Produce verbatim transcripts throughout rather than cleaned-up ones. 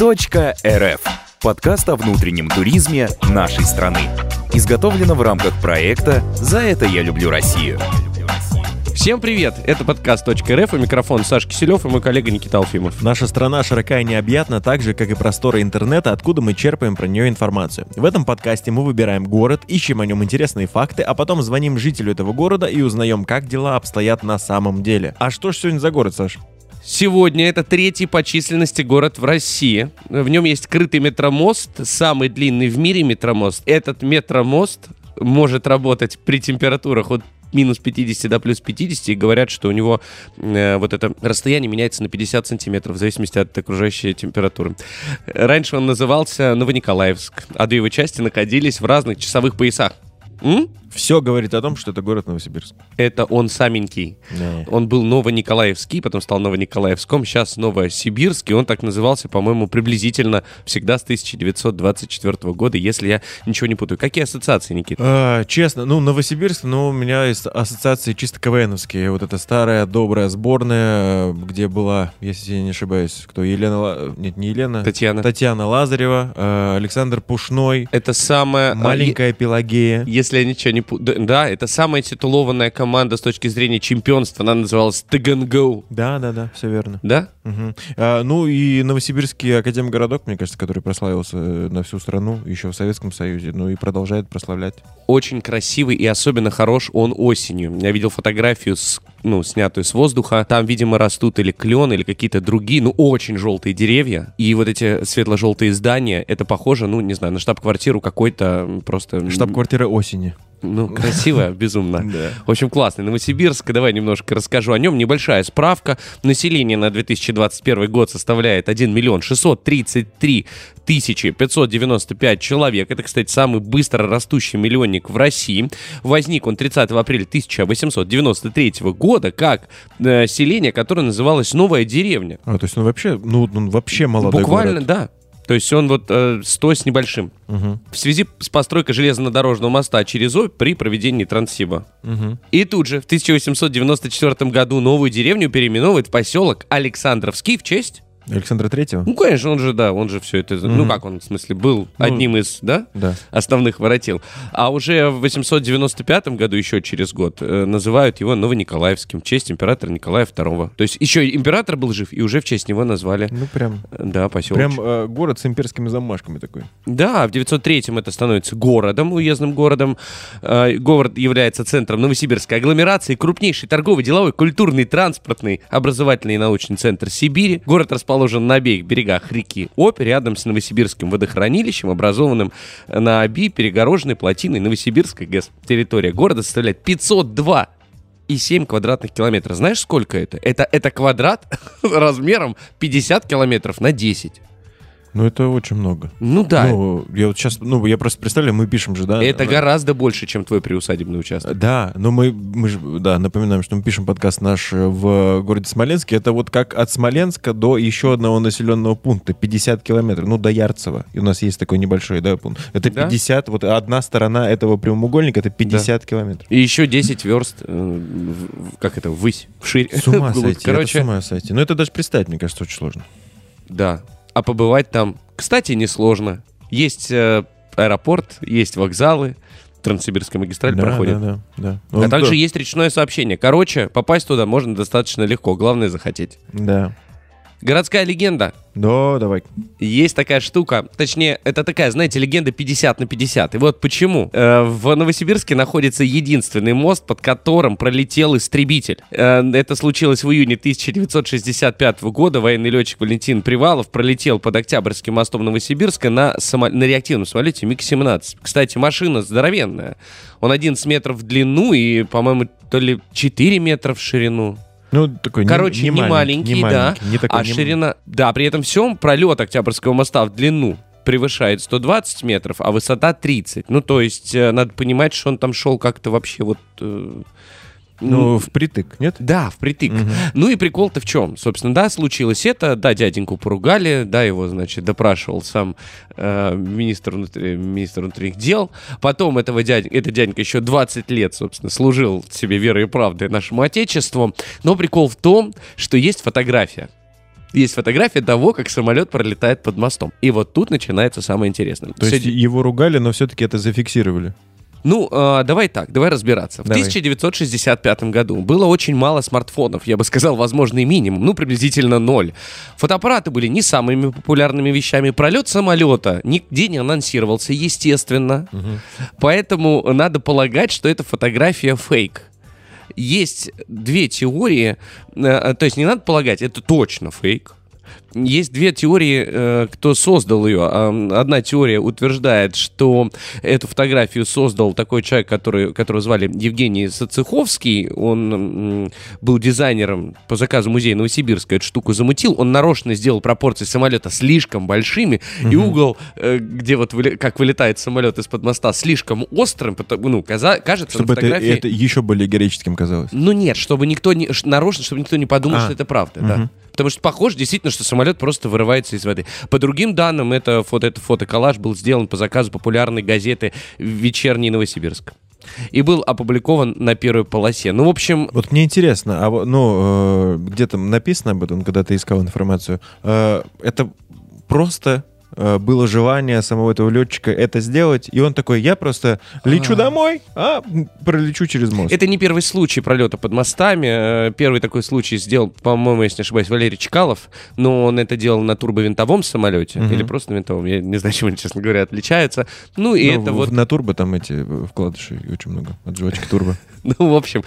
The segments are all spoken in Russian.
Точка РФ. Подкаст о внутреннем туризме нашей страны. Изготовлено в рамках проекта «За это я люблю Россию». Всем привет! Это подкаст «Точка РФ», у микрофона Саша Киселев и мой коллега Никита Алфимов. Наша страна широка и необъятна, так же, как и просторы интернета, откуда мы черпаем про нее информацию. В этом подкасте мы выбираем город, ищем о нем интересные факты, а потом звоним жителю этого города и узнаем, как дела обстоят на самом деле. А что ж сегодня за город, Саш? Сегодня это третий по численности город в России. В нем есть крытый метромост, самый длинный в мире метромост. Этот метромост может работать при температурах от минус пятьдесят до плюс пятьдесят, и говорят, что у него э, вот это расстояние меняется на пятьдесят сантиметров в зависимости от окружающей температуры. Раньше он назывался Новониколаевск, а две его части находились в разных часовых поясах. М? Все говорит о том, что это город Новосибирск. Это он саменький. Да. Он был Новониколаевский, потом стал Новониколаевском, сейчас Новосибирский. Он так назывался, по-моему, приблизительно всегда с тысяча девятьсот двадцать четвёртого года, если я ничего не путаю. Какие ассоциации, Никита? А, честно, ну, Новосибирск, ну, у меня есть ассоциации чисто КВНовские. Вот эта старая добрая сборная, где была, если я не ошибаюсь, кто? Елена... Ла- Нет, не Елена. Татьяна. Татьяна Лазарева, э, Александр Пушной, Это самая... маленькая Пелагея. Если я ничего не путаю... Да, это самая титулованная команда с точки зрения чемпионства. Она называлась Таганго. Да, да, да, все верно. Да? Угу. А, ну и Новосибирский академгородок, мне кажется, который прославился на всю страну еще в Советском Союзе, ну и продолжает прославлять. Очень красивый и особенно хорош он осенью. Я видел фотографию, с, ну, снятую с воздуха. Там, видимо, растут или клены, или какие-то другие, ну, очень желтые деревья. И вот эти светло-желтые здания, это похоже, ну, не знаю, на штаб-квартиру какой-то просто... Штаб-квартира осени. Ну, красиво, безумно. Да. В общем, классный Новосибирск. Давай немножко расскажу о нем. Небольшая справка. Население на две тысячи двадцать первый год составляет один миллион шестьсот тридцать три тысячи пятьсот девяносто пять человек. Это, кстати, самый быстро растущий миллионник в России. Возник он тридцатого апреля тысяча восемьсот девяносто третьего года как э, селение, которое называлось Новая деревня. А, то есть он вообще, ну, он вообще молодой Буквально, город. да. То есть он вот э, сто с небольшим. Угу. В связи с постройкой железнодорожного моста через Обь при проведении Транссиба. Угу. И тут же в тысяча восемьсот девяносто четвёртом году новую деревню переименовывают в поселок Александровский в честь... Александра Третьего? Ну, конечно, он же, да, он же все это... Угу. Ну, как он, в смысле, был Ну, одним из, да, Да. основных воротил. А уже в восемьсот девяносто пятом году, еще через год, э, называют его Новониколаевским в честь императора Николая второго. То есть еще император был жив, и уже в честь него назвали, Ну, прям, э, да, поселок. прям э, город с имперскими замашками такой. Да, в девятьсот третьем это становится городом, уездным городом. Э, Город является центром Новосибирской агломерации, крупнейший торговый, деловой, культурный, транспортный, образовательный и научный центр Сибири. Город расположен на обеих берегах реки Обь, рядом с Новосибирским водохранилищем, образованным на Оби перегороженной плотиной Новосибирской ГЭС. Территория города составляет пятьсот два и семь квадратных километров. Знаешь, сколько это? Это, это квадрат размером пятьдесят километров на десять. Ну, это очень много. Ну да. Ну, я вот сейчас, ну, я просто представляю, мы пишем же, да? Это гораздо больше, чем твой приусадебный участок. Да, но мы, мы же, да, напоминаем, что мы пишем подкаст наш в городе Смоленске. Это вот как от Смоленска до еще одного населенного пункта, пятьдесят километров, ну, до Ярцево. И у нас есть такой небольшой, да, пункт. Это Да? пятьдесят, вот одна сторона этого прямоугольника, это пятьдесят километров. И еще десять верст, э, в- как это, ввысь, вширь. С ума вглубь. сойти, Короче, это с ума сойти. Ну, это даже представить, мне кажется, очень сложно. да. А побывать там, кстати, несложно. Есть э, аэропорт, есть вокзалы, Транссибирская магистраль Да, проходит. да, да, да. А Он также то- есть речное сообщение. Короче, попасть туда можно достаточно легко, главное захотеть. Да. Городская легенда. Да, давай. Есть такая штука, точнее, это такая, знаете, легенда пятьдесят на пятьдесят. И вот почему. Э, в Новосибирске находится единственный мост, под которым пролетел истребитель. Э, это случилось в июне тысяча девятьсот шестьдесят пятого года. Военный летчик Валентин Привалов пролетел под Октябрьским мостом Новосибирска на, само... на реактивном самолете миг семнадцать. Кстати, машина здоровенная. Он одиннадцать метров в длину и, по-моему, то ли четыре метра в ширину. Ну, такой Короче, не, не, маленький, не да, маленький, не такой, а не- ширина... Да, при этом всем пролет Октябрьского моста в длину превышает сто двадцать метров, а высота тридцать. Ну, то есть, э, надо понимать, что он там шел как-то вообще вот... э, Ну, впритык, нет? Да, впритык. Мгм. Ну и прикол-то в чем? Собственно, да, случилось это, да, дяденьку поругали, да, его, значит, допрашивал сам э, министр, внутри, министр внутренних дел. Потом этого дядь, этот дяденька еще двадцать лет, собственно, служил себе верой и правдой нашему отечеству. Но прикол в том, что есть фотография. Есть фотография того, как самолет пролетает под мостом. И вот тут начинается самое интересное. То есть его ругали, но все-таки это зафиксировали? Ну, э, давай так, давай разбираться. В давай. тысяча девятьсот шестьдесят пятом году было очень мало смартфонов, я бы сказал, возможный минимум, ну, приблизительно ноль. Фотоаппараты были не самыми популярными вещами. Пролет самолета нигде не анонсировался, естественно. Угу. Поэтому надо полагать, что эта фотография фейк. Есть две теории, э, то есть не надо полагать, это точно фейк. Есть две теории, э, кто создал ее. Одна теория утверждает, что эту фотографию создал такой человек, который, которого звали Евгений Соцеховский. Он м, был дизайнером по заказу музея Новосибирска. Эту штуку замутил. Он нарочно сделал пропорции самолета слишком большими, угу. и угол, э, где вот выли, как вылетает самолет из-под моста, слишком острым. Потому, ну, каза, кажется, чтобы на фотографии... это, это еще более героическим казалось. Ну нет, чтобы никто не... Нарочно, чтобы никто не подумал, а. что это правда, угу. да. Потому что похоже действительно, что самолет просто вырывается из воды. По другим данным, это фото, это фотоколлаж был сделан по заказу популярной газеты «Вечерний Новосибирск». И был опубликован на первой полосе. Ну, в общем... Вот мне интересно, а ну, э, где там написано об этом, когда ты искал информацию, э, это просто... было желание самого этого летчика это сделать, и он такой, я просто лечу А-а-а. домой, а пролечу через мост. Это не первый случай пролета под мостами. Первый такой случай сделал, по-моему, если не ошибаюсь, Валерий Чкалов, но он это делал на турбовинтовом самолете, угу. или просто на винтовом, я не знаю, чем они, честно говоря, отличаются. Ну, и ну, это в, вот... На турбо там эти вкладыши очень много, от жвачки турбо. Ну, в общем,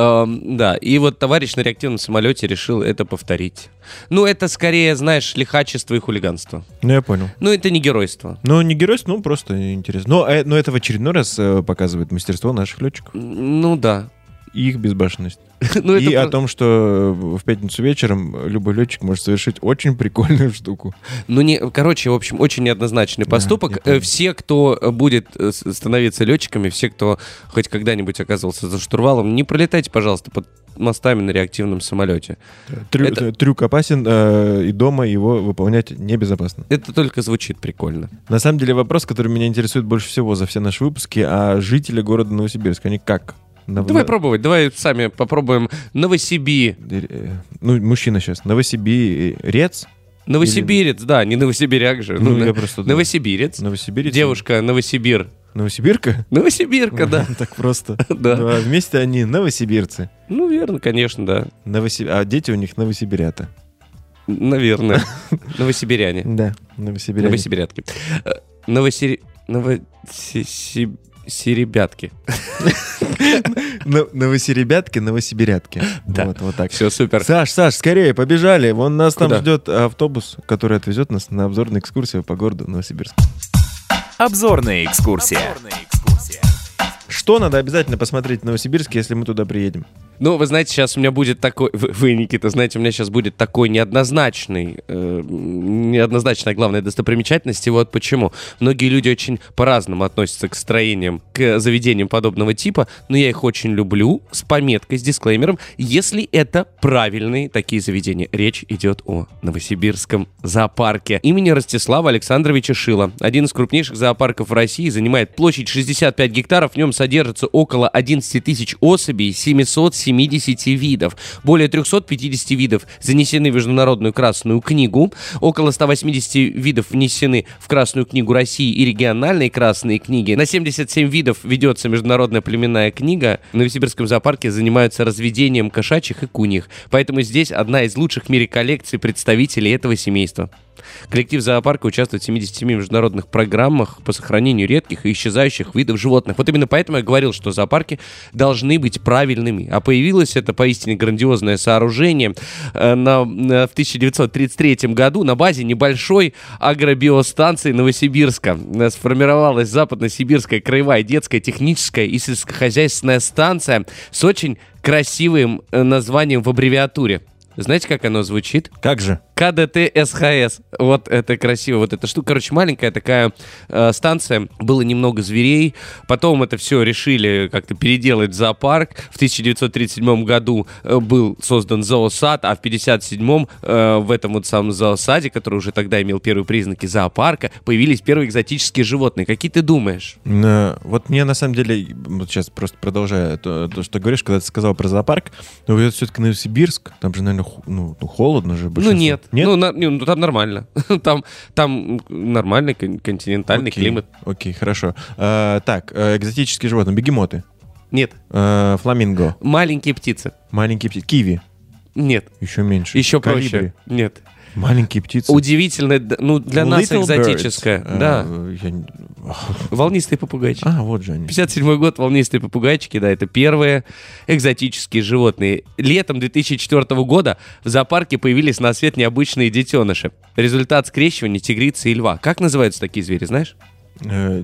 да, и вот товарищ на реактивном самолете решил это повторить. Ну, это скорее, знаешь, лихачество и хулиганство. Ну, я понял. Ну, это не геройство. Ну, не геройство, ну, просто интересно. Но, э, но это в очередной раз э, показывает мастерство наших летчиков. Ну, да. И их безбашенность. ну, и это... о том, что в пятницу вечером любой летчик может совершить очень прикольную штуку. Ну, не, короче, в общем, очень неоднозначный поступок. Да, все, кто будет становиться летчиками, все, кто хоть когда-нибудь оказывался за штурвалом, не пролетайте, пожалуйста, под мостами на реактивном самолете. Трю, это... Трюк опасен, э, и дома его выполнять небезопасно. Это только звучит прикольно. На самом деле вопрос, который меня интересует больше всего за все наши выпуски, а жители города Новосибирска, они как? На... Давай пробовать, давай сами попробуем. Новосибирь. Ну, мужчина сейчас. Новосибирец? Новосибирец, Или... да, не новосибиряк же. Ну, ну, я просто... Новосибирец. Новосибирец. Девушка, Новосибир. Новосибирка? Новосибирка, да. Так просто. Да. А вместе они новосибирцы. Ну, верно, конечно, да. А дети у них новосибирята. Наверное. Новосибиряне. Да, новосибиряне. Новосибирятки. Новосири... Новосибирятки. Сиребятки. Новосиребятки, новосибирятки. Да, вот, вот так. Все, супер. Саш, Саш, скорее, побежали. Вон нас Куда? Там ждет автобус, который отвезет нас на обзорную экскурсию по городу Новосибирск. Обзорная экскурсия. Обзорная экскурсия. Что надо обязательно посмотреть в Новосибирске, если мы туда приедем? Ну, вы знаете, сейчас у меня будет такой... Вы, вы Никита, знаете, у меня сейчас будет такой неоднозначный... Э, неоднозначная главная достопримечательность. И вот почему. Многие люди очень по-разному относятся к строениям, к заведениям подобного типа, но я их очень люблю, с пометкой, с дисклеймером, если это правильные такие заведения. Речь идет о Новосибирском зоопарке имени Ростислава Александровича Шила. Один из крупнейших зоопарков в России, занимает площадь шестьдесят пять гектаров, в нем содержится около одиннадцать тысяч особей, семьсот семьдесят видов. Более триста пятьдесят видов занесены в Международную Красную книгу. Около ста восьмидесяти видов внесены в Красную книгу России и региональные красные книги. На семьдесят семь видов ведется Международная племенная книга. В Новосибирском зоопарке занимаются разведением кошачьих и куньих. Поэтому здесь одна из лучших в мире коллекций представителей этого семейства. Коллектив зоопарка участвует в семидесяти семи международных программах по сохранению редких и исчезающих видов животных. Вот именно поэтому я говорил, что зоопарки должны быть правильными. А появилось это поистине грандиозное сооружение на, в тысяча девятьсот тридцать третьем году на базе небольшой агробиостанции Новосибирска. Сформировалась Западно-Сибирская краевая детская техническая и сельскохозяйственная станция с очень красивым названием в аббревиатуре. Знаете, как оно звучит? Как же? ка дэ тэ эс ха эс. Вот это красиво. Вот эта штука, короче, маленькая такая э, станция. Было немного зверей. Потом это все решили как-то переделать в зоопарк. В тысяча девятьсот тридцать седьмом году э, был создан зоосад, а в пятьдесят седьмом э, в этом вот самом зоосаде, который уже тогда имел первые признаки зоопарка, появились первые экзотические животные. Какие ты думаешь? Uh, вот мне на самом деле, вот сейчас просто продолжая то, то, что говоришь, когда ты сказал про зоопарк, но это все-таки Новосибирск, там же, наверное, ху, ну, холодно же. Ну нет. Нет? Ну, на, не, ну, там нормально. там, там нормальный кон- континентальный Окей. климат. Окей, хорошо. А, так, э, экзотические животные. Бегемоты. Нет. А, фламинго. Маленькие птицы. Маленькие птицы. Киви. Нет. Еще меньше. Еще Колибри. проще. Нет. Маленькие птицы. Удивительное, д- ну, для нас Little экзотическое. birds. Да. А, я не- Волнистые попугайчики. А, вот же они. пятьдесят седьмой год, волнистые попугайчики, да, это первые экзотические животные. Летом две тысячи четвёртого года в зоопарке появились на свет необычные детеныши. Результат скрещивания тигрицы и льва. Как называются такие звери, знаешь? Э,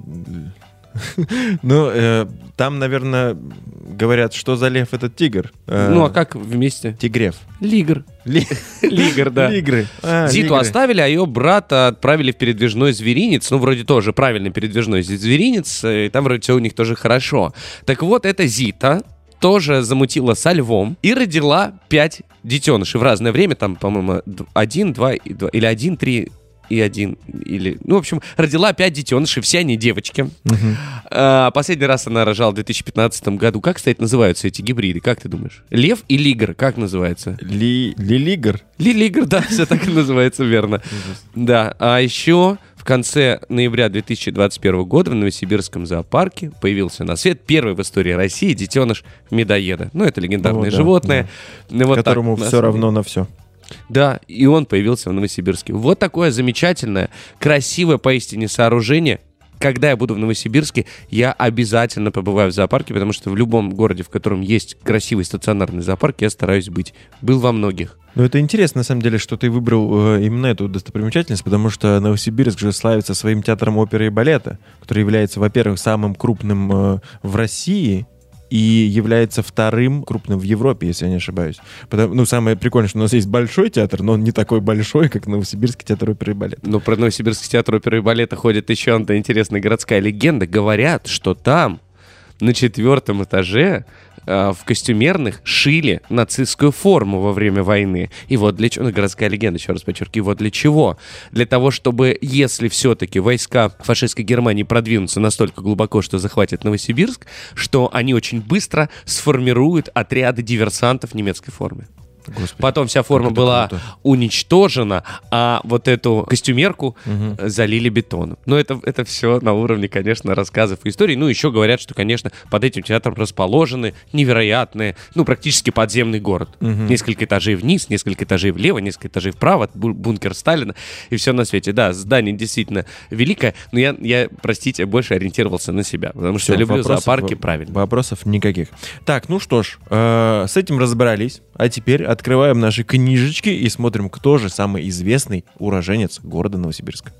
Ну, э, там, наверное, говорят, что за лев этот тигр. Э, Ну, а как вместе? Тигрев. Лигр. Ли- Лигр, да. Лигры. А, Зиту лигры. оставили, а ее брата отправили в передвижной зверинец. Ну, вроде тоже правильный передвижной зверинец. И там вроде все у них тоже хорошо. Так вот, эта Зита тоже замутила со львом и родила пять детенышей в разное время. Там, по-моему, д- один, два, и два или один, три и один. Или... Ну, в общем, родила пять детенышей. Все они девочки. Мгм. А, последний раз она рожала в две тысячи пятнадцатом году. Как, кстати, называются эти гибриды? Как ты думаешь? Лев и лигр. Как называется? Ли- Лилигр. Лилигр, да, все так и называется, верно. Да, а еще в конце ноября две тысячи двадцать первого года в Новосибирском зоопарке появился на свет первый в истории России детеныш медоеда. Ну, это легендарное О, да, животное. Ну, вот так, Которому на все самом равно на все. Да, и он появился в Новосибирске. Вот такое замечательное, красивое поистине сооружение. Когда я буду в Новосибирске, я обязательно побываю в зоопарке, потому что в любом городе, в котором есть красивый стационарный зоопарк, я стараюсь быть. Был во многих. Ну, это интересно, на самом деле, что ты выбрал э, именно эту достопримечательность, потому что Новосибирск же славится своим театром оперы и балета, который является, во-первых, самым крупным э, в России и является вторым крупным в Европе, если я не ошибаюсь. Потому, ну, самое прикольное, что у нас есть большой театр, но он не такой большой, как Новосибирский театр оперы и балета. Но про Новосибирский театр оперы и балета ходит еще одна интересная городская легенда. Говорят, что там на четвертом этаже э, в костюмерных шили нацистскую форму во время войны. И вот для чего, ну, городская легенда, еще раз подчеркиваю, вот для чего? Для того, чтобы, если все-таки войска фашистской Германии продвинутся настолько глубоко, что захватят Новосибирск, что они очень быстро сформируют отряды диверсантов в немецкой форме. Господи. Потом вся форма Как это была круто. уничтожена, а вот эту костюмерку Мгм. э, залили бетоном. Но это, это все на уровне, конечно, рассказов и историй. Ну, еще говорят, что, конечно, под этим театром расположены невероятные, ну, практически подземный город. Мгм. Несколько этажей вниз, несколько этажей влево, несколько этажей вправо, бу- бункер Сталина и все на свете. Да, здание действительно великое, но я, я, простите, больше ориентировался на себя, потому что Всё, я люблю вопросов- зоопарки, правильно. Вопросов никаких. Так, ну что ж, э, с этим разобрались. А теперь открываем наши книжечки и смотрим, кто же самый известный уроженец города Новосибирска.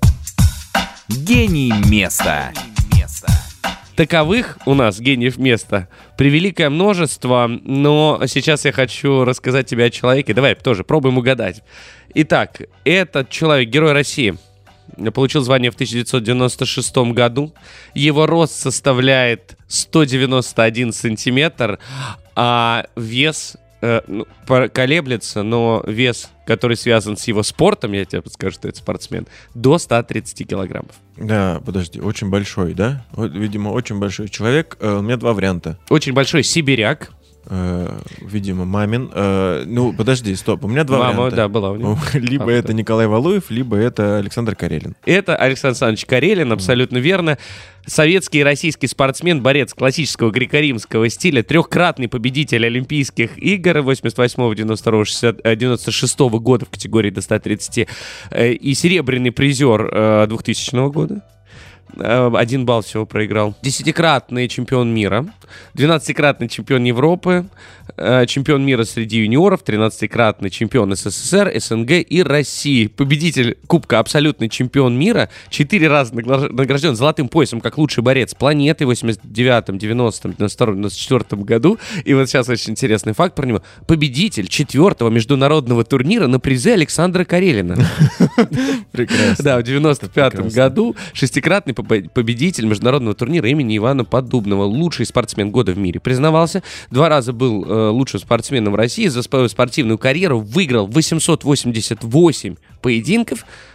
Гений места. Таковых у нас, гениев места, превеликое множество, но сейчас я хочу рассказать тебе о человеке. Давай тоже пробуем угадать. Итак, этот человек, Герой России, получил звание в тысяча девятьсот девяносто шестом году. Его рост составляет сто девяносто один сантиметр, а вес э, ну, по- колеблется, но вес, который связан с его спортом, я тебе подскажу, что это спортсмен, до ста тридцати килограммов. Да, подожди, очень большой, да? Вот, видимо, очень большой человек. Э, у меня два варианта. Очень большой сибиряк. Э, видимо, мамин. Э, ну, подожди, стоп, у меня два Мама, варианта. да, была у него. Либо А, это да. Николай Валуев, либо это Александр Карелин. Это Александр Александрович Карелин, абсолютно верно. Советский и российский спортсмен, борец классического греко-римского стиля, трехкратный победитель Олимпийских игр восемьдесят восьмого, девяносто второго, девяносто шестого года в категории до ста тридцати э, и серебряный призер э, двухтысячного года. Э, Один балл всего проиграл. Десятикратный чемпион мира, двенадцатикратный чемпион Европы, э, чемпион мира среди юниоров, тринадцатикратный чемпион СССР, СНГ и России. Победитель Кубка, абсолютный чемпион мира, четыре раза нагла- награжден золотым поясом как лучший борец планеты в восемьдесят девятом, девяностом, девяносто втором, девяносто четвёртом году. И вот сейчас очень интересный факт про него. Победитель четвертого международного турнира на призы Александра Карелина. Прекрасно. Да, в девяносто пятом прекрасно. году шестикратный побо- победитель международного турнира имени Ивана Поддубного, лучший спортсмен года в мире, признавался. Два раза был э, лучшим спортсменом России, за свою спортивную карьеру выиграл восемьсот восемьдесят восемь поединков,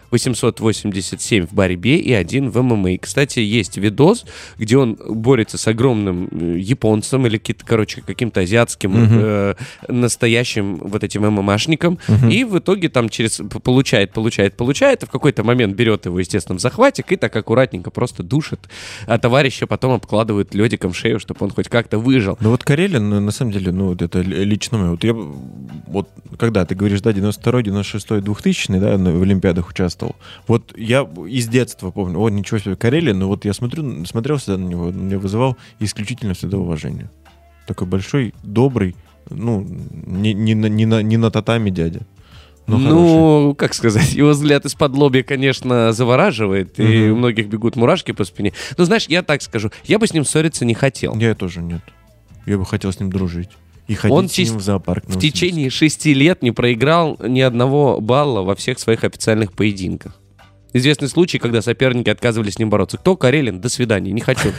восемьсот восемьдесят семь в борьбе и один в эм эм а. Кстати, есть видос, где он борется с огромным японцем или, короче, каким-то азиатским uh-huh. э, настоящим вот этим эм эм ашником. Uh-huh. И в итоге там через получает, получает, получает, и в какой-то момент берет его, естественно, в захватик и так аккуратненько просто душит, а товарища потом обкладывает лёдиком шею, чтобы он хоть как-то выжил. Ну вот Карелин, на самом деле, ну вот это лично мое. Вот я, вот когда ты говоришь, да, девяносто второй, девяносто шестой, двухтысячный, да, в Олимпиадах участвовал. Вот я из детства помню, о, ничего себе, Карелин, но вот я смотрю, смотрел всегда на него, он мне вызывал исключительно всегда уважение. Такой большой, добрый, ну, не, не, на, не, на, не на татами дядя. Ну, ну как сказать, его взгляд из-под лобья, конечно, завораживает, угу. и у многих бегут мурашки по спине. Но знаешь, я так скажу, я бы с ним ссориться не хотел. Я тоже нет. Я бы хотел с ним дружить. И ходить он с ним в зоопарк. В течение шести лет не проиграл ни одного балла во всех своих официальных поединках. Известный случай, когда соперники отказывались с ним бороться. Кто? Карелин? До свидания, не хочу.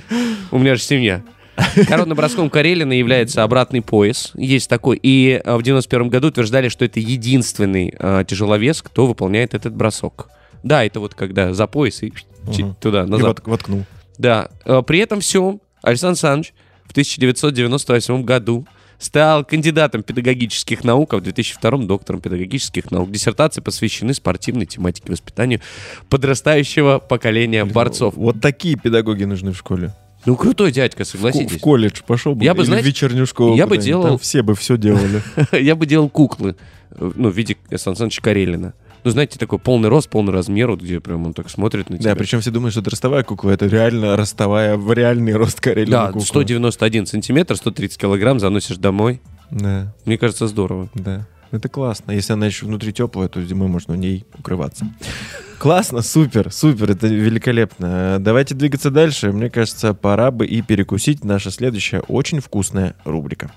У меня же семья. Коронным броском Карелина является обратный пояс. Есть такой. И в девяносто первом году утверждали, что это единственный э, тяжеловес, кто выполняет этот бросок. Да, это вот когда за пояс и угу. туда, назад. И воткнул. Да. При этом все, Александр Александрович в тысяча девятьсот девяносто восьмом году стал кандидатом педагогических наук, а в две тысячи втором доктором педагогических наук. Диссертации посвящены спортивной тематике воспитанию подрастающего поколения борцов. Вот такие педагоги нужны в школе. Ну, крутой дядька, согласитесь. В, в колледж пошел бы, я бы, или знаете, в вечернюю школу. Я бы делал... Там все бы все делали. Я бы делал куклы, ну, в виде Александра Александровича Карелина. Ну, знаете, такой полный рост, полный размер, вот где прям он так смотрит на тебя. Да, причем все думают, что это ростовая кукла, это реально ростовая, в реальный рост Карелина да, кукла. Да, сто девяносто один сантиметр, сто тридцать килограмм заносишь домой. Да. Мне кажется, здорово. Да. Это классно. Если она еще внутри теплая, то зимой можно в ней укрываться. Классно, супер, супер, это великолепно. Давайте двигаться дальше. Мне кажется, пора бы и перекусить. Наша следующая очень вкусная рубрика.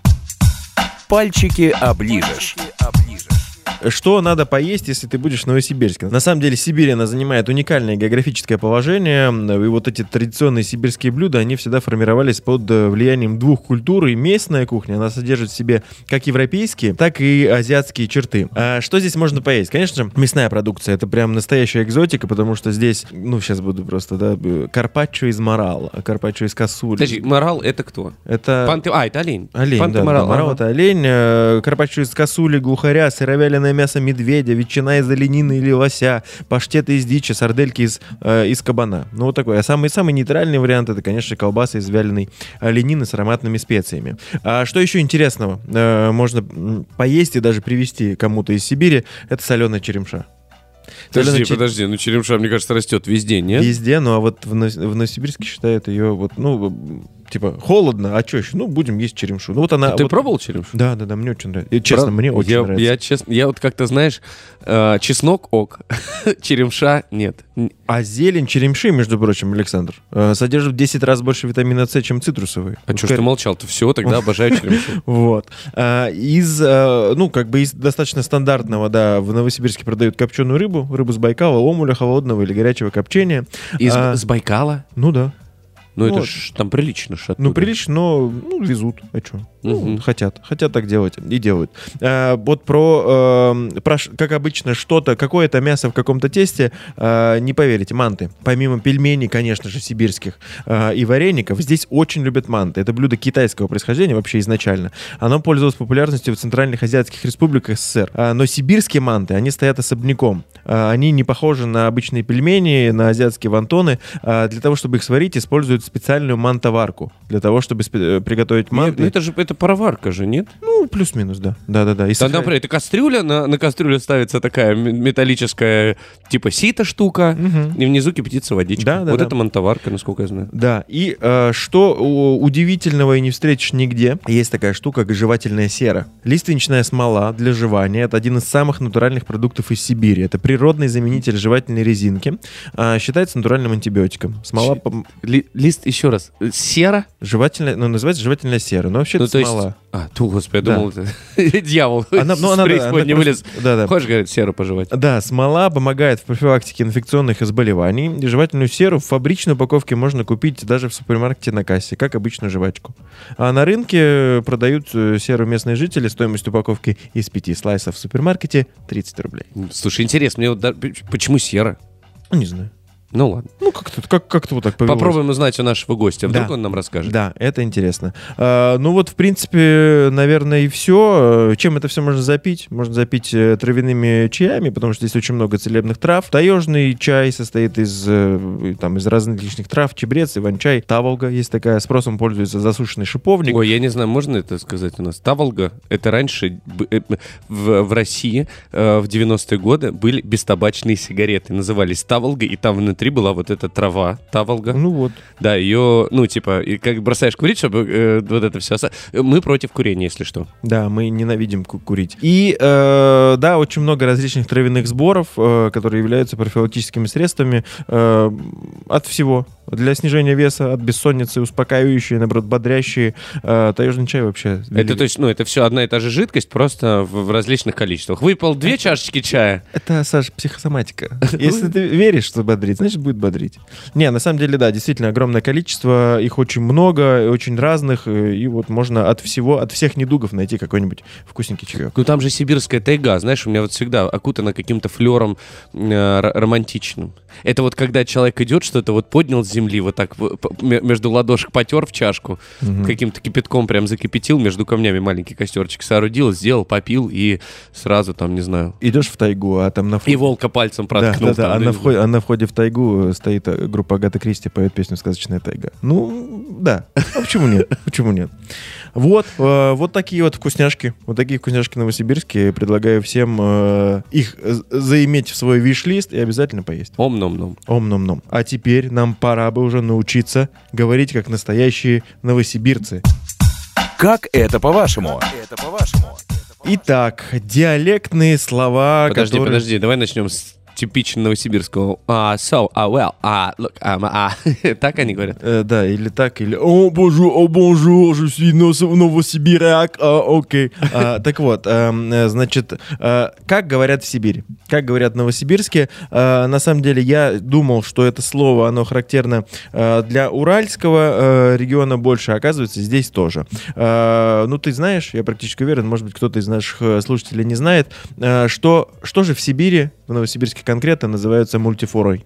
Пальчики оближешь. Что надо поесть, если ты будешь в Новосибирске? На самом деле Сибирь, она занимает уникальное географическое положение, и вот эти традиционные сибирские блюда, они всегда формировались под влиянием двух культур, и местная кухня, она содержит в себе как европейские, так и азиатские черты. А что здесь можно поесть? Конечно же, мясная продукция, это прям настоящая экзотика, потому что здесь, ну, сейчас буду просто, да, карпаччо из морала, карпаччо из косули. Подожди, морал это кто? Это... Панте... А, это олень. Олень, Панте да, морал, да, морал ага. это олень, карпаччо из косули, глухаря, сыровяленое мясо медведя, ветчина из оленины или лося, паштеты из дичи, сардельки из, э, из кабана. Ну, вот такой. А самый, самый нейтральный вариант — это, конечно, колбаса из вяленой оленины с ароматными специями. А что еще интересного э, можно поесть и даже привезти кому-то из Сибири — это соленая черемша. Подожди, Соленая подожди, ну черемша, мне кажется, растет везде, нет? Везде, ну а вот в, Нов- в Новосибирске считают ее вот, ну, типа, холодно, а что еще? Ну, будем есть черемшу. Ну, вот она... А ты вот... пробовал черемшу? Да, да, да, мне очень нравится. И, честно, Правда? мне очень я, нравится. Я, честно, я вот как-то, знаешь, э, чеснок ок, черемша нет. А зелень черемши, между прочим, Александр, э, содержит в десять раз больше витамина С, чем цитрусовые. А что ж ты молчал-то? Все, тогда обожаю черемшу. Вот. Из, ну, как бы из достаточно стандартного, да, в Новосибирске продают копченую рыбу, рыбу с Байкала, омуля холодного или горячего копчения. Из а, с Байкала? Ну да. Ну, ну это ж там прилично ж оттуда. Ну, прилично, но ну, везут. А что? Угу. Ну, хотят. Хотят так делать. И делают. А, вот про, э, про, как обычно, что-то, какое-то мясо в каком-то тесте, э, не поверите, манты. Помимо пельменей, конечно же, сибирских э, и вареников, здесь очень любят манты. Это блюдо китайского происхождения вообще изначально. Оно пользовалось популярностью в центральных азиатских республиках СССР. А, но сибирские манты, они стоят особняком. А, они не похожи на обычные пельмени, на азиатские вонтоны. А, для того, чтобы их сварить, используют специальную мантоварку. Для того, чтобы спе- приготовить манты. Нет, ну это же это пароварка же, нет? Ну, плюс-минус, да. Да-да-да. И Тогда, сохран... например, это кастрюля, на, на кастрюлю ставится такая металлическая, типа сито штука, Угу. и внизу кипятится водичка. Да, да, вот да. это мантоварка, насколько я знаю. Да, и э, что у- удивительного и не встретишь нигде, есть такая штука, как жевательная сера. Лиственничная смола для жевания — это один из самых натуральных продуктов из Сибири. Это природный заменитель жевательной резинки. А, считается натуральным антибиотиком. Смола... Ли- лист, еще раз, сера? Жевательная, ну, называется жевательная сера. Но вообще Ну, это то То есть... смола. А, ту, господи, я Да. думал, это дьявол Она, ну, с она, да, преисподней она вылез. просто- да, да. Хочешь, говорит, серу пожевать? Да, смола помогает в профилактике инфекционных заболеваний. Жевательную серу в фабричной упаковке можно купить даже в супермаркете на кассе, как обычную жвачку. А на рынке продают э, серу местные жители. Стоимость упаковки из пяти слайсов в супермаркете тридцать рублей. Слушай, интересно, мне вот да- почему сера? Ну, не знаю. Ну ладно. Ну, как-то как, как-то вот так повелось. Попробуем узнать у нашего гостя. Вдруг Да. он нам расскажет. Да, это интересно. А, ну вот, в принципе, наверное, и все. Чем это все можно запить? Можно запить э, травяными чаями, потому что здесь очень много целебных трав. Таежный чай состоит из, э, там, из разных лишних трав. Чебрец, иван-чай, таволга есть такая. Спросом пользуется засушенный шиповник. Ой, я не знаю, можно это сказать у нас? Таволга, это раньше б- э, в, в России э, в девяностые годы были бестабачные сигареты. Назывались таволга, и там внутри была вот эта трава, таволга. Ну вот. Да, ее, ну, типа, и как бросаешь курить, чтобы э, вот это все... Мы против курения, если что. Да, мы ненавидим ку- курить. И, э, да, очень много различных травяных сборов, э, которые являются профилактическими средствами э, от всего. Для снижения веса, от бессонницы, успокаивающие, наоборот, бодрящие. Э, таежный чай вообще... Это, то есть, ну, это все одна и та же жидкость, просто в, в различных количествах. Выпил две чашечки чая. Это, Саш, психосоматика. Если ты веришь, что бодрит, значит, будет бодрить. Не, на самом деле, да, действительно, огромное количество, их очень много, очень разных, и вот можно от всего, от всех недугов найти какой-нибудь вкусненький чаек. Ну, там же сибирская тайга, знаешь, у меня вот всегда окутана каким-то флером э, р- романтичным. Это вот когда человек идет, что-то вот поднял с земли, вот так в- п- м- между ладошек потер в чашку, Мгм. каким-то кипятком прям закипятил, между камнями маленький костерчик соорудил, сделал, попил и сразу там, не знаю, Идешь в тайгу, а там на и входе... волка пальцем Да, проткнул. да, да, там, а ну, на не входе, знаю. а на входе в тайгу стоит э, группа Агаты Кристи, поет песню «Сказочная тайга». Ну, да. А почему нет? Почему нет? Вот, э, вот такие вот вкусняшки. Вот такие вкусняшки новосибирские. Предлагаю всем э, их э, заиметь в свой виш-лист и обязательно поесть. Ом-ном-ном. Ом-ном-ном. А теперь нам пора бы уже научиться говорить как настоящие новосибирцы. Как это по-вашему? Это по-вашему. Итак, диалектные слова, Подожди, которые... подожди, давай начнем с типично новосибирского. А, so, ah, well, ah, look, um, ah. Так они говорят? Э, да, или так, или «О, бонжур, о, бонжур, je suis нос- новосибиряк», а, окей. А, так вот, эм, э, значит, э, как говорят в Сибири? Как говорят в Новосибирске? Э, на самом деле, я думал, что это слово, оно характерно э, для уральского э, региона больше, а оказывается, здесь тоже. Э, ну, ты знаешь, я практически уверен, может быть, кто-то из наших э, слушателей не знает, э, что, что же в Сибири, в Новосибирске конкретно, называется мультифорой?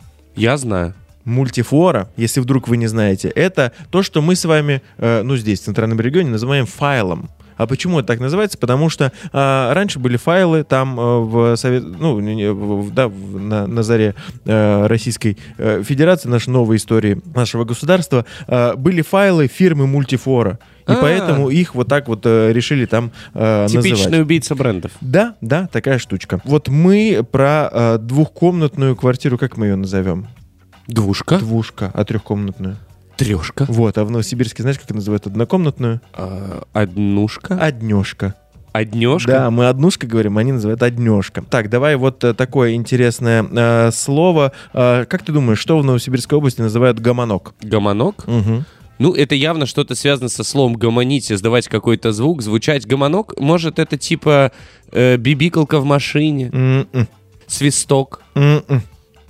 Я знаю. Мультифора, если вдруг вы не знаете, это то, что мы с вами, э, ну, здесь, в Центральном регионе, называем файлом. А почему это так называется? Потому что э, раньше были файлы там э, в Совет, ну, не- не, в- в- да, в- на, на заре э, Российской э, Федерации, нашей новой истории нашего государства, э, были файлы фирмы Мультифора. И А. поэтому их вот так вот э, решили там э, Типичный называть. убийца брендов. Да, да, такая штучка. Вот мы про э, двухкомнатную квартиру, как мы ее назовем? Двушка. Двушка, а трехкомнатную? Трешка. Вот, а в Новосибирске, знаешь, как называют однокомнатную? А, однушка. Однешка. Однешка. Да, мы однушка говорим, они называют однешка. Так, давай вот э, такое интересное э, слово. Э, как ты думаешь, что в Новосибирской области называют гомонок? Гомонок. Угу. Ну, это явно что-то связано со словом гомонить, издавать какой-то звук, звучать. Гомонок, может, это типа э, бибикалка в машине, М-м. свисток, М-м.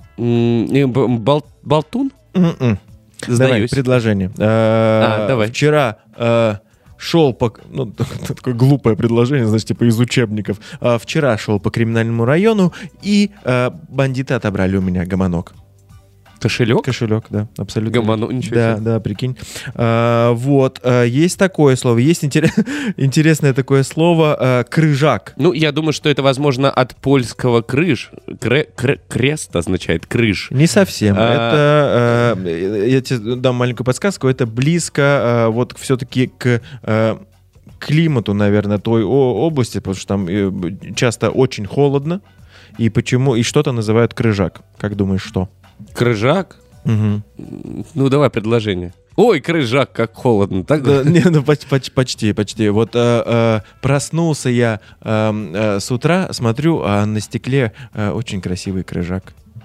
м, э, б- бал- болтун? М-м. Давай, Сдаюсь. предложение. Э, А, давай. Вчера э, шел по... Ну, такое глупое предложение, значит, типа из учебников. Э, Вчера шел по криминальному району, и э, бандиты отобрали у меня гомонок. Кошелек? Кошелек, да, абсолютно. Гомонок, ничего Да, себе. да, прикинь. А, вот, а, есть такое слово, есть интерес- интересное такое слово а, крыжак. Ну, я думаю, что это, возможно, от польского крыж. Кре- кре- крест означает крыж. Не совсем. А. Это, а, я тебе дам маленькую подсказку, это близко а, вот все-таки к а, климату, наверное, той о- области, потому что там э, часто очень холодно. И почему, и что-то называют крыжак. Как думаешь, что? Крыжак? Мгм. Ну, давай предложение. Ой, крыжак, как холодно. Так? Да, не, ну поч- поч- почти, почти. Вот э, э, проснулся я э, э, с утра, смотрю, а на стекле э, очень красивый крыжак.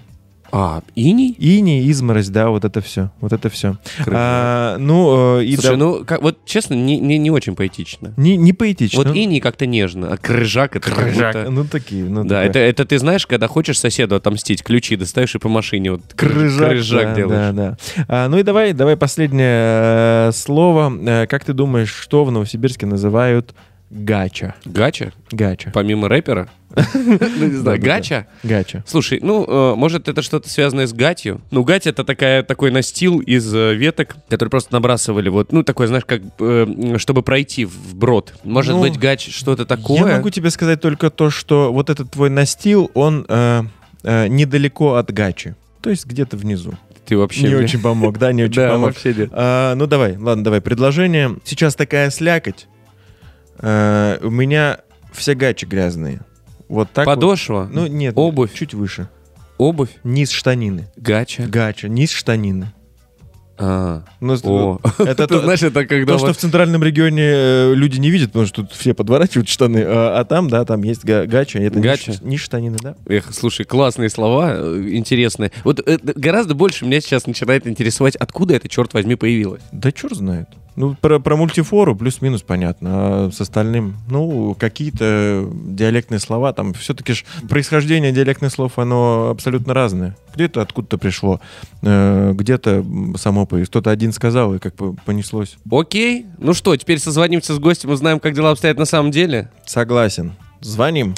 А, иней? Иней, изморозь, да, вот это все. Вот это все. А, ну, э, и Слушай, да... ну, как, вот честно, не, не, не очень поэтично. Не, не поэтично. Вот иней как-то нежно, а крыжак это Крыжак. как будто... Ну, такие. Ну, Да, такое. это, это ты знаешь, когда хочешь соседу отомстить, ключи достаешь и по машине вот Крыжак, крыжак да, делаешь. Да, да. А, ну и давай, давай последнее э, слово. Э, как ты думаешь, что в Новосибирске называют гача? Гача? Гача. Помимо рэпера? Ну, не знаю, гача? Гача. Слушай, ну, э, может, это что-то связанное с гатью? Ну, гать — это такая, такой настил из э, веток, который просто набрасывали, вот, ну, такой, знаешь, как, э, чтобы пройти вброд. Может Ну, быть, гач что-то такое? Я могу тебе сказать только то, что вот этот твой настил, он э, э, недалеко от гачи. То есть где-то внизу. Ты вообще... Не мне- очень помог, да, не очень Да, помог. вообще нет. А, ну давай, ладно, давай. Предложение. Сейчас такая слякоть. А, у меня все гачи грязные. Вот так вот. Подошва? Ну нет, Обувь? чуть выше. Обувь? Низ штанины. Гача? Гача, низ штанины. А, Ну, о. это Ты то, знаешь, это когда... то, что вот- в центральном регионе э, люди не видят, потому что тут все подворачивают штаны, а, а там, да, там есть га- гача. Это Гача? низ, низ штанины, да? Эх, слушай, классные слова, э, интересные. Вот э, гораздо больше меня сейчас начинает интересовать, откуда это, черт возьми, появилось. Да черт знает. Ну, про, про мультифору плюс-минус понятно, а с остальным, ну, какие-то диалектные слова, там все-таки ж происхождение диалектных слов, оно абсолютно разное. Где-то откуда-то пришло, э, где-то м, само появилось. Кто-то один сказал, и как бы понеслось. Окей, ну что, теперь созвонимся с гостем, узнаем, как дела обстоят на самом деле. Согласен. Звоним.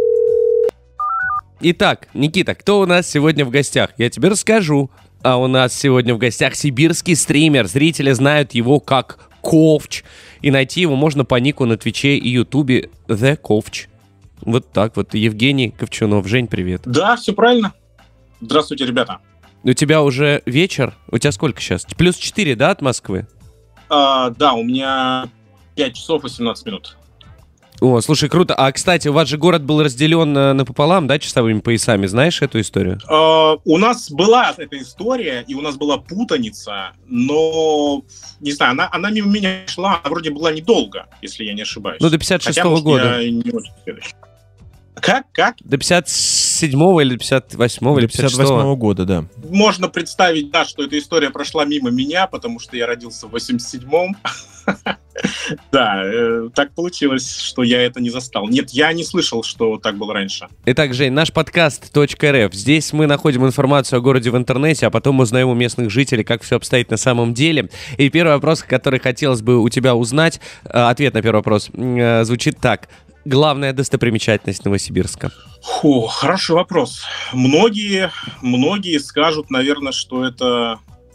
Итак, Никита, кто у нас сегодня в гостях? Я тебе расскажу. А у нас сегодня в гостях сибирский стример. Зрители знают его как Ковч. И найти его можно по нику на Твиче и Ютубе The Ковч. Вот так вот. Евгений Ковчунов. Жень, привет. Да, все правильно. Здравствуйте, ребята. У тебя уже вечер? У тебя сколько сейчас? Плюс четыре, да, от Москвы? А, да, у меня пять часов восемнадцать минут. О, слушай, круто. А, кстати, у вас же город был разделен на- напополам, да, часовыми поясами. Знаешь эту историю? А, у нас была эта история, и у нас была путаница, но, не знаю, она, она мимо меня шла, она вроде была недолго, если я не ошибаюсь. Ну, до пятьдесят Хотя, шестого может, года. я не очень следующий. Как? Как? До пятьдесят седьмого или пятьдесят восьмого или До пятьдесят пятьдесят восьмого шестого. года, да. Можно представить, да, что эта история прошла мимо меня, потому что я родился в восемьдесят седьмом. Да, э, так получилось, что я это не застал. Нет, я не слышал, что так было раньше. Итак, Жень, наш подкаст .рф. Здесь мы находим информацию о городе в интернете, а потом узнаем у местных жителей, как все обстоит на самом деле. И первый вопрос, который хотелось бы у тебя узнать, э, ответ на первый вопрос, э, звучит так. Главная достопримечательность Новосибирска. Фу, хороший вопрос. Многие, многие скажут, наверное, что это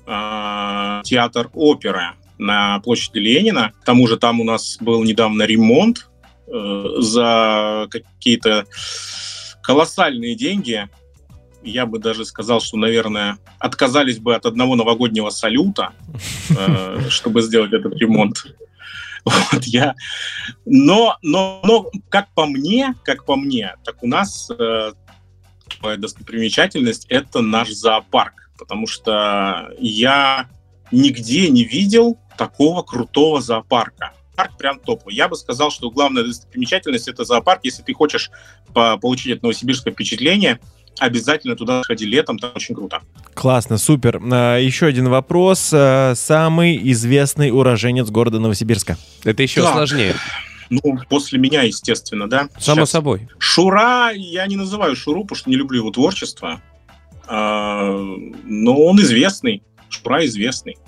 э, театр оперы на площади Ленина. К тому же там у нас был недавно ремонт э, за какие-то колоссальные деньги. Я бы даже сказал, что, наверное, отказались бы от одного новогоднего салюта, э, чтобы сделать этот ремонт. Вот я, но, но, но как по мне, как по мне, так у нас э, достопримечательность — это наш зоопарк, потому что я нигде не видел такого крутого зоопарка. Парк прям топовый. Я бы сказал, что главная достопримечательность — это зоопарк. Если ты хочешь по- получить это новосибирское впечатление, обязательно туда сходи летом, там очень круто. Классно, супер. А, еще один вопрос. А, самый известный уроженец города Новосибирска. Это еще Так. сложнее. Ну, после меня, естественно, да. Само Сейчас. собой. Шура, я не называю Шуру, потому что не люблю его творчество. А, но он известный. Шура известный.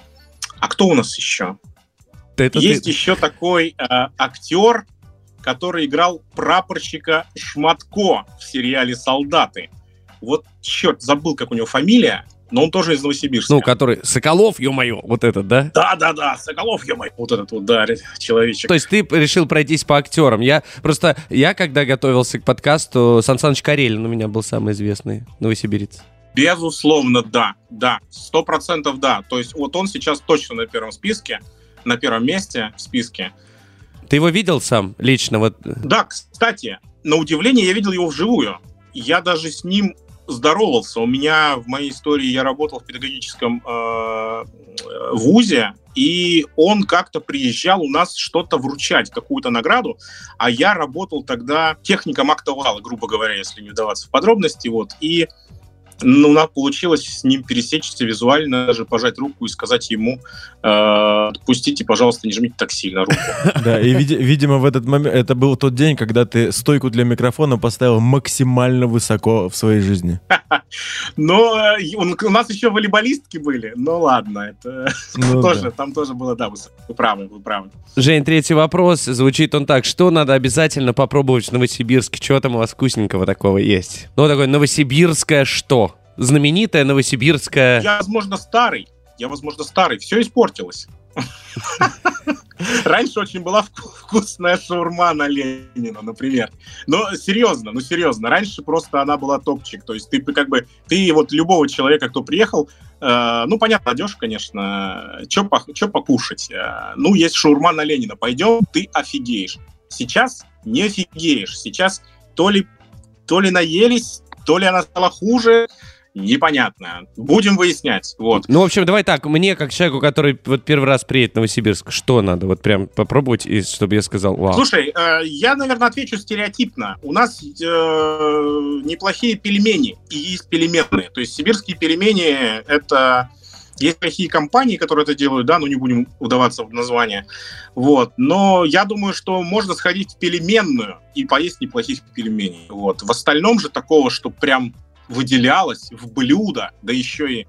А кто у нас еще? Это Есть ты- еще такой а, актер, который играл прапорщика Шматко в сериале «Солдаты». Вот, черт, забыл, как у него фамилия, но он тоже из Новосибирска. Ну, который... Соколов, ё-моё, вот этот, да? Да-да-да, Соколов, ё-моё, вот этот вот, да, человечек. То есть ты решил пройтись по актерам. Я просто... Я, когда готовился к подкасту, Сан Саныч Карелин у меня был самый известный новосибирец. Безусловно, да, да, сто процентов да. То есть вот он сейчас точно на первом списке, на первом месте в списке. Ты его видел сам лично? Вот... Да, кстати, на удивление я видел его вживую. Я даже с ним здоровался. У меня в моей истории я работал в педагогическом э, вузе, и он как-то приезжал у нас что-то вручать, какую-то награду, а я работал тогда техником актовала, грубо говоря, если не вдаваться в подробности. Вот, и Ну, у нас получилось с ним пересечься визуально, даже пожать руку и сказать ему: э, отпустите, пожалуйста, не жмите так сильно руку. Да, и, видимо, в этот момент, это был тот день, когда ты стойку для микрофона поставил максимально высоко в своей жизни. Но у нас еще волейболистки были, ну ладно, это тоже, там тоже было, да, вы правы, вы правы. Жень, третий вопрос, звучит он так: что надо обязательно попробовать в Новосибирске? Что там у вас вкусненького такого есть? Ну, такое новосибирское что? Знаменитая новосибирская... Я, возможно, старый. Я, возможно, старый. Все испортилось. Раньше очень была вкусная шаурма на Ленина, например. Но серьезно, ну серьезно. Раньше просто она была топчик. То есть ты как бы... Ты вот любого человека, кто приехал... Э, ну, понятно, идешь, конечно. Че покушать? Э, ну, есть шаурма на Ленина. Пойдем, ты офигеешь. Сейчас не офигеешь. Сейчас то ли, то ли наелись, то ли она стала хуже... Непонятно. Будем выяснять. Вот. Ну, в общем, давай так. Мне, как человеку, который вот первый раз приедет в Новосибирск, что надо вот прям попробовать, и чтобы я сказал вау? Слушай, э, я, наверное, отвечу стереотипно. У нас э, неплохие пельмени и есть пельменные. То есть сибирские пельмени — это... Есть плохие компании, которые это делают, да, но не будем вдаваться в название. Вот. Но я думаю, что можно сходить в пельменную и поесть неплохих пельменей. Вот. В остальном же такого, что прям... выделялось в блюдо, да еще и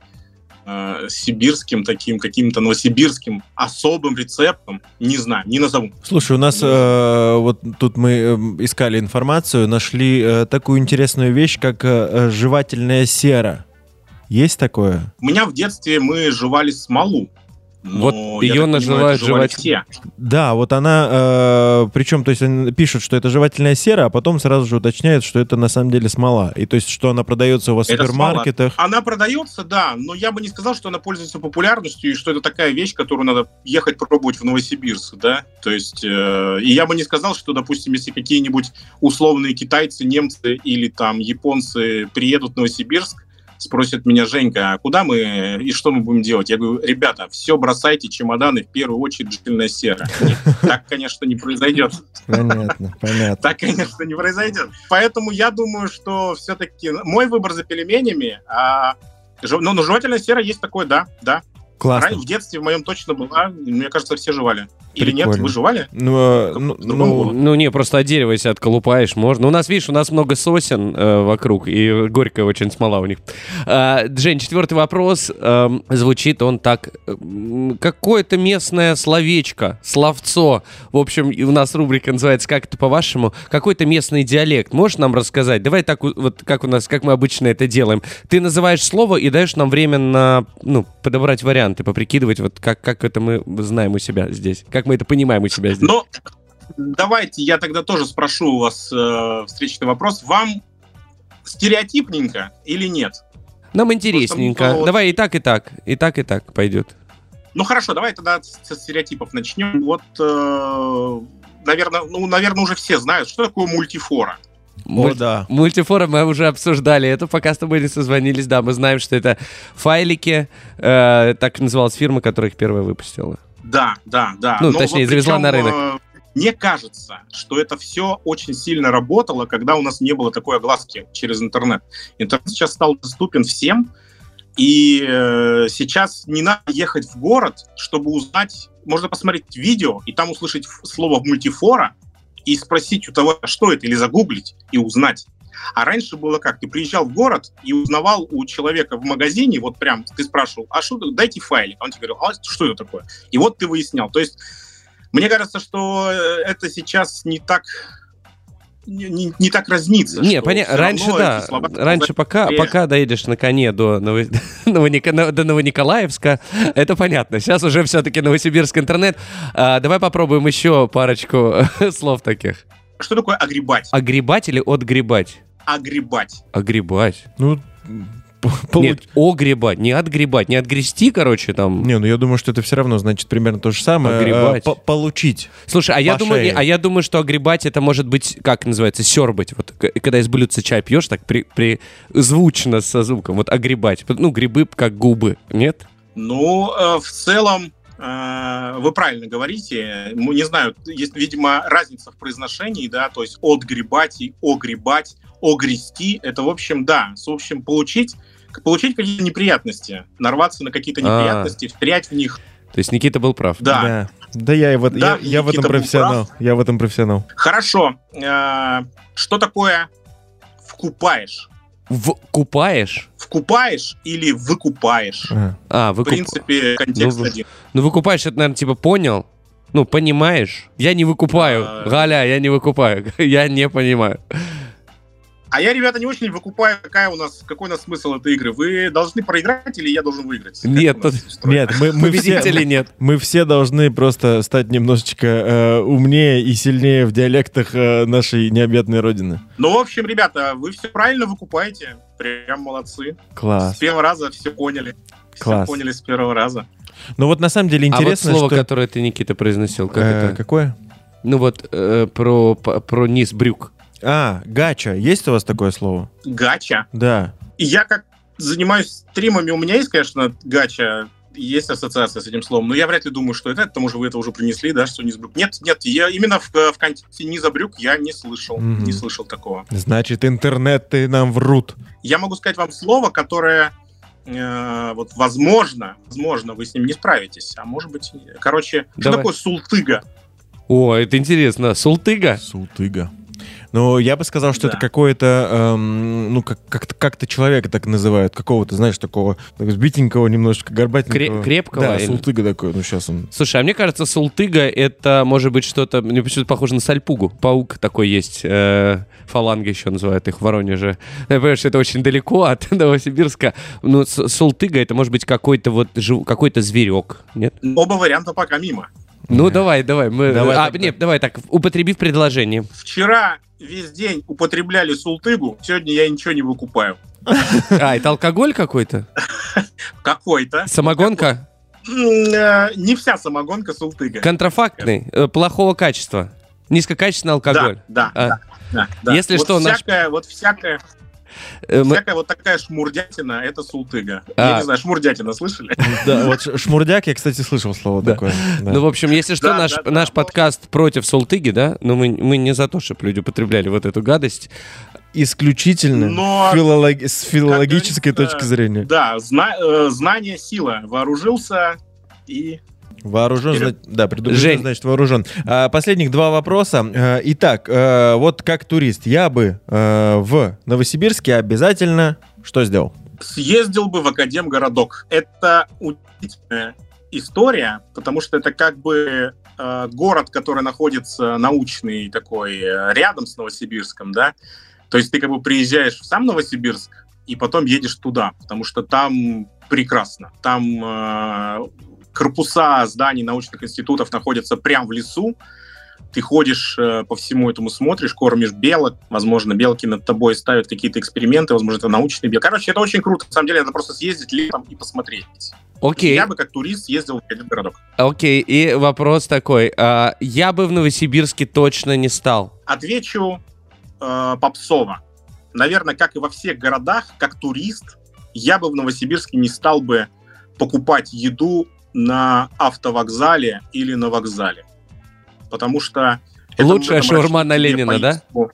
э, сибирским таким, каким-то новосибирским особым рецептом, не знаю, не назову. Слушай, у нас э, вот тут мы э, искали информацию, нашли э, такую интересную вещь, как э, жевательная сера. Есть такое? У меня в детстве мы жевали смолу. Вот ее называют жевательной. Да, вот она, э, причем, то есть они пишут, что это жевательная сера, а потом сразу же уточняют, что это на самом деле смола. И то есть, что она продается у вас в это супермаркетах. Смола. Она продается, да, но я бы не сказал, что она пользуется популярностью и что это такая вещь, которую надо ехать пробовать в Новосибирск, да. То есть, э, и я бы не сказал, что, допустим, если какие-нибудь условные китайцы, немцы или там японцы приедут в Новосибирск, спросят меня: Женька, а куда мы и что мы будем делать? Я говорю: ребята, все бросайте, чемоданы, в первую очередь жевательная сера. Нет, так, конечно, не произойдет. Понятно, понятно. Так, конечно, не произойдет. Поэтому я думаю, что все-таки мой выбор за пельменями, а... но, но жевательная сера есть такое, да, да. Классно. В детстве в моем точно была, мне кажется, все жевали. Или Прикольно. нет, вы жевали? Ну, ну, ну, ну не, просто от дерева если отколупаешь, можно. У нас, видишь, у нас много сосен э, вокруг, и горькая очень смола у них. А, Жень, четвертый вопрос. Э, звучит он так. Какое-то местное словечко, словцо. В общем, у нас рубрика называется «Как это по-вашему?» Какой-то местный диалект. Можешь нам рассказать? Давай так, вот как у нас, как мы обычно это делаем. Ты называешь слово и даешь нам время на, ну, подобрать варианты, поприкидывать, вот как, как это мы знаем у себя здесь. Как мы это понимаем у себя здесь. Но давайте я тогда тоже спрошу у вас э, встречный вопрос. Вам стереотипненько или нет? Нам интересненько. Просто, давай и так, и так. И так, и так пойдет. Ну хорошо, давай тогда со стереотипов начнем. Вот, э, наверное, ну, наверное, уже все знают, что такое мультифора. Муль... О, да. Мультифора мы уже обсуждали это, пока с тобой не созвонились. Да, мы знаем, что это файлики. Э, так называлась фирма, которая их первая выпустила. Да, да, да. Ну, но точнее, вот завезла причем, на рынок. Э, мне кажется, что это все очень сильно работало, когда у нас не было такой огласки через интернет. Интернет сейчас стал доступен всем, и э, сейчас не надо ехать в город, чтобы узнать... Можно посмотреть видео, и там услышать слово «мультифора», и спросить у того, что это, или загуглить и узнать. А раньше было как? Ты приезжал в город и узнавал у человека в магазине, вот прям ты спрашивал: а что, дайте файлик. А он тебе говорил: а что это такое? И вот ты выяснял. То есть мне кажется, что это сейчас не так... Не, не, не так разнится. Не, понятно. Раньше, да. Раньше, пока, пока доедешь на коне до, Ново... до Новониколаевска, это понятно. Сейчас уже все-таки Новосибирск интернет. А, давай попробуем еще парочку слов таких. Что такое огребать? Огребать или отгребать? Огребать. Огребать. Ну, Получ... Нет, огребать, не отгребать, не отгрести, короче, там. Не, ну я думаю, что это все равно значит примерно то же самое. Огребать. А, получить. Слушай, а я, думаю, а я думаю, что огребать это может быть, как называется, сербать. Вот когда из блюдца чай пьешь, так при, при... звучно со звуком. Вот огребать. Ну, грибы как губы, нет? Ну, э, в целом, э, вы правильно говорите. Не знаю, есть, видимо, разница в произношении, да, то есть отгребать и огребать, огрести. Это, в общем, да, в общем, получить. получить какие-то неприятности, нарваться на какие-то неприятности, встрять в них. То есть Никита был прав. Да. Да, да я, и вот, Да, я, я в этом Никита был профессионал. Я в этом профессионал. Хорошо. Э, Что такое вкупаешь? Вкупаешь? Вкупаешь или выкупаешь? Ага. А, В выкуп... принципе, контекст Ну, один. Ну, выкупаешь, это, наверное, типа понял? Ну, понимаешь? Я не выкупаю. А. Галя, я не выкупаю. Я не понимаю. А я, ребята, не очень выкупаю, какая у нас, какой у нас смысл этой игры. Вы должны проиграть или я должен выиграть? Как Нет, у нас тут- устроено? Нет, мы, мы, все, Победителей нет. мы все должны просто стать немножечко э, умнее и сильнее в диалектах э, нашей необъятной родины. Ну, в общем, ребята, вы все правильно выкупаете. Прям молодцы. С Класс. первого раза все поняли. Все Класс. поняли с первого раза. Ну вот на самом деле А вот интересно, слово, что... которое ты, Никита, произносил, как Э, это? Какое? Ну вот, э, про, по- про низ брюк. А, гача. Есть у вас такое слово? Гача. Да. И я как занимаюсь стримами, у меня есть, конечно, гача, есть ассоциация с этим словом, но я вряд ли думаю, что это, к тому же вы это уже принесли, да, что низ брюк. Нет, нет, я именно в, в контексте низа брюк я не слышал, Мгм. не слышал такого. Значит, интернеты нам врут. Я могу сказать вам слово, которое, э, вот, возможно, возможно, вы с ним не справитесь, а может быть, и- короче, что Давай. такое султыга? О, это интересно. Султыга? Султыга. Ну, я бы сказал, что Да. это какое-то, эм, ну, как- как-то, как-то человека так называют, какого-то, знаешь, такого так, сбитенького, немножечко горбатенького. Кре- крепкого Да, или- султыга такой, ну, сейчас он... Слушай, а мне кажется, султыга — это, может быть, что-то... Мне почему-то похоже на сальпугу. Паук такой есть. э, фаланга еще называют их в Воронеже. Я понимаю, что это очень далеко от Новосибирска. Но с- султыга — это, может быть, какой-то вот жив- какой-то зверек, нет? Оба варианта пока мимо. Ну, давай, давай. Мы... Давай а, тогда. нет, давай так, употреби в предложении. Вчера весь день употребляли султыгу, сегодня я ничего не выкупаю. А, это алкоголь какой-то? Какой-то. Самогонка? М, э, Не вся самогонка султыга. Контрафактный? Э, Плохого качества? Низкокачественный алкоголь? Да, да, А. да, да, да. Если вот что, наш- всякая, вот всякая, Э, мы- всякая вот такая шмурдятина, это султыга. А. Я не знаю, шмурдятина, слышали? Да, вот ш- шмурдяк, я, кстати, слышал слово Да. такое. Да. Ну, в общем, если что, Да, наш, да, да. наш подкаст против султыги, да? Но мы, мы не за то, чтобы люди употребляли вот эту гадость. Исключительно Но, филолог- с филологической как говорится, точки зрения. Да, зна- э, знание — сила. Вооружился и... Вооружен, Вперед. зна- да, предупрежден, Жень. значит вооружен. А, последних два вопроса. А, итак, э, вот как турист, я бы э, в Новосибирске обязательно что сделал? съездил бы в Академгородок. Это удивительная история, потому что это как бы э, город, который находится научный такой э, рядом с Новосибирском, да. То есть ты как бы приезжаешь в сам Новосибирск и потом едешь туда, потому что там прекрасно. Там э, корпуса зданий научных институтов находятся прямо в лесу. Ты ходишь э, по всему этому, смотришь, кормишь белок. Возможно, белки над тобой ставят какие-то эксперименты, возможно, это научные белки. Короче, это очень круто. На самом деле, надо просто съездить летом и посмотреть. Окей, Я бы как турист съездил в этот городок. окей. И вопрос такой. а, я бы в Новосибирске точно не стал. Отвечу э, попсово. Наверное, как и во всех городах, как турист, я бы в Новосибирске не стал бы покупать еду на автовокзале или на вокзале. Потому что... это Лучшая может шаурма омрачить на тебе Ленина, да? поездку.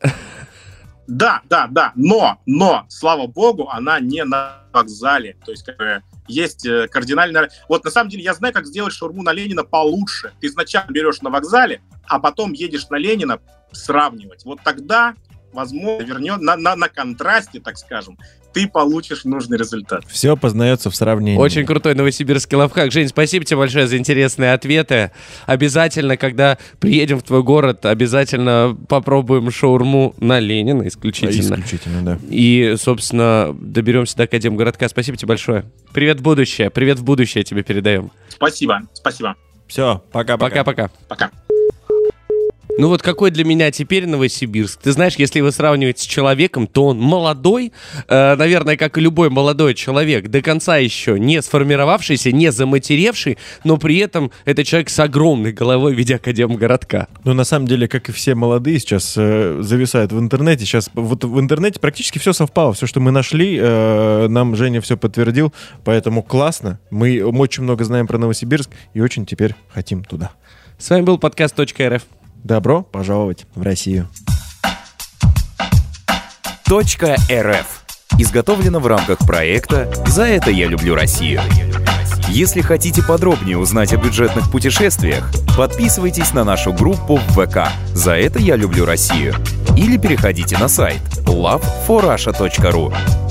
Да, да, да. Но, но, слава богу, она не на вокзале. То есть, как бы, есть э, кардинально... Вот, на самом деле, я знаю, как сделать шаурму на Ленина получше. Ты сначала берешь на вокзале, а потом едешь на Ленина сравнивать. Вот тогда, возможно, вернет на, на, на контрасте, так скажем, ты получишь нужный результат. Все познается в сравнении. Очень крутой новосибирский лайфхак. Жень, спасибо тебе большое за интересные ответы. Обязательно, когда приедем в твой город, обязательно попробуем шаурму на Ленина Да, исключительно. исключительно, да. И, собственно, доберемся до Академгородка. Спасибо тебе большое. Привет в будущее. Привет в будущее тебе передаем. Спасибо, спасибо. Все, пока-пока. Пока-пока. Пока. Ну вот какой для меня теперь Новосибирск? Ты знаешь, если его сравнивать с человеком, то он молодой, э, наверное, как и любой молодой человек, до конца еще не сформировавшийся, не заматеревший, но при этом это человек с огромной головой в виде Академгородка. Ну, на самом деле, как и все молодые сейчас э, зависают в интернете. Сейчас вот в интернете практически все совпало. Все, что мы нашли, э, нам Женя все подтвердил. Поэтому классно. Мы очень много знаем про Новосибирск и очень теперь хотим туда. С вами был подкаст точка эр эф. Добро пожаловать в Россию. Точка РФ. Изготовлено в рамках проекта «За это я люблю Россию». Если хотите подробнее узнать о бюджетных путешествиях, подписывайтесь на нашу группу в ВК «За это я люблю Россию» или переходите на сайт лав фор раша точка ру.